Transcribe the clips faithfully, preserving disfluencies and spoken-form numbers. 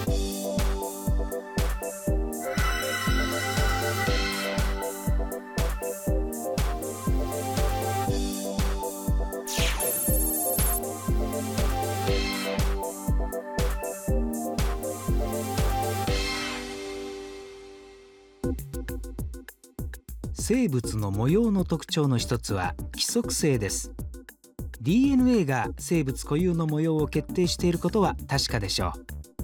生物の模様の特徴の一つは規則性です。 ディーエヌエー が生物固有の模様を決定していることは確かでしょ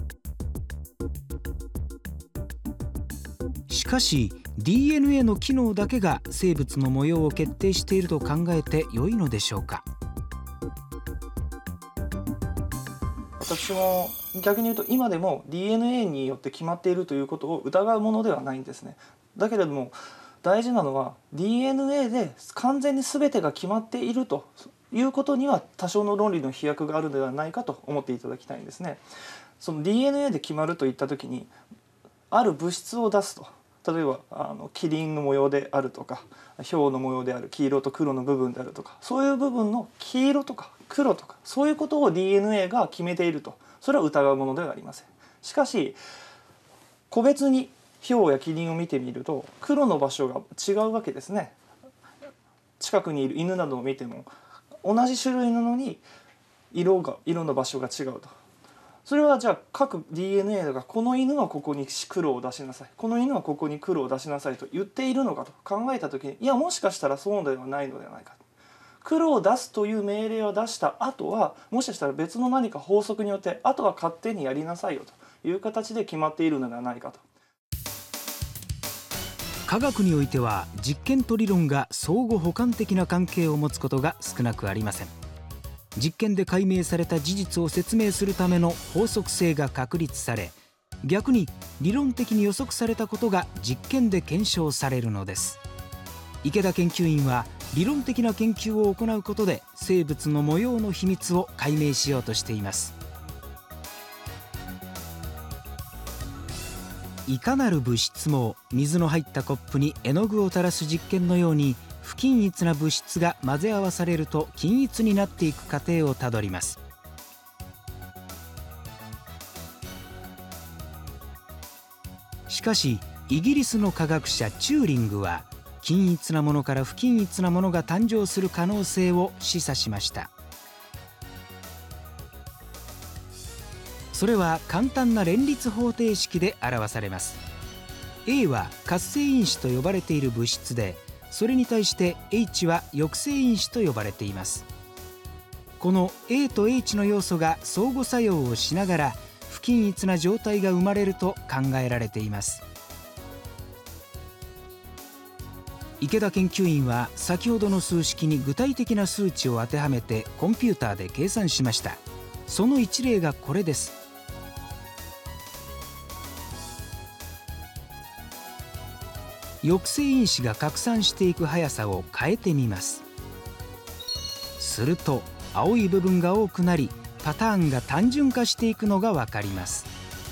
う。しかし ディーエヌエー の機能だけが生物の模様を決定していると考えて良いのでしょうか。 私も逆に言うと今でも ディーエヌエー によって決まっているということを疑うものではないんですね。だけれども大事なのは ディーエヌエー で完全に全てが決まっているということには多少の論理の飛躍があるのではないかと思っていただきたいんですね。その ディーエヌエー で決まるといった時にある物質を出すと、例えばあのキリンの模様であるとかヒョウの模様である黄色と黒の部分であるとか、そういう部分の黄色とか黒とかそういうことを ディーエヌエー が決めていると、それは疑うものではありません。しかし個別にヒョウやキリンを見てみると黒の場所が違うわけですね。近くにいる犬などを見ても同じ種類なのに色が色の場所が違うと。それはじゃあ各 ディーエヌエー がこの犬はここに黒を出しなさい、この犬はここに黒を出しなさいと言っているのかと考えた時に、いやもしかしたらそうではないのではないか。黒を出すという命令を出した後はもしかしたら別の何か法則によってあとは勝手にやりなさいよという形で決まっているのではないかと。 科学においては実験と理論が相互補完的な関係を持つことが少なくありません。実験で解明された事実を説明するための法則性が確立され、逆に理論的に予測されたことが実験で検証されるのです。池田研究員は理論的な研究を行うことで生物の模様の秘密を解明しようとしています。いかなる物質も水の入ったコップに絵の具を垂らす実験のように不均一な物質が混ぜ合わされると均一になっていく過程をたどります。しかしイギリスの科学者チューリングは均一なものから不均一なものが誕生する可能性を示唆しました。それは簡単な連立方程式で表されます。 A は活性因子と呼ばれている物質で、それに対して H は抑制因子と呼ばれています。この A と H の要素が相互作用をしながら不均一な状態が生まれると考えられています。池田研究員は先ほどの数式に具体的な数値を当てはめてコンピューターで計算しました。その一例がこれです。抑制因子が拡散していく速さを変えてみます。すると青い部分が多くなりパターンが単純化していくのが分かります。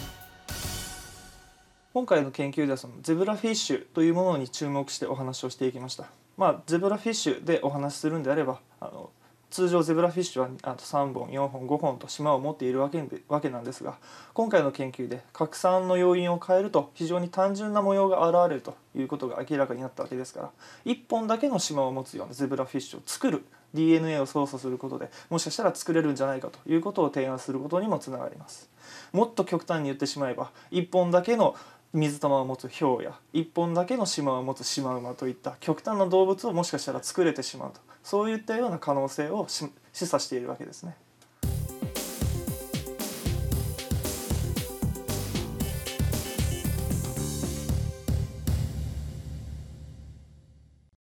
今回の研究ではそのゼブラフィッシュというものに注目してお話をしていきました。まあ、ゼブラフィッシュでお話しするんであればあの通常ゼブラフィッシュはあとさんぼんよんほんごほんと島を持っているわけでわけなんですが、今回の研究で拡散の要因を変えると非常に単純な模様が現れるということが明らかになったわけですから、いっぽんだけの島を持つようなゼブラフィッシュを作る ディーエヌエー を操作することでもしかしたら作れるんじゃないかということを提案することにもつながります。もっと極端に言ってしまえばいっぽんだけの水玉を持つヒョウやいっぽんだけの島を持つシマウマといった極端な動物をもしかしたら作れてしまうと、そういったような可能性を示唆しているわけですね。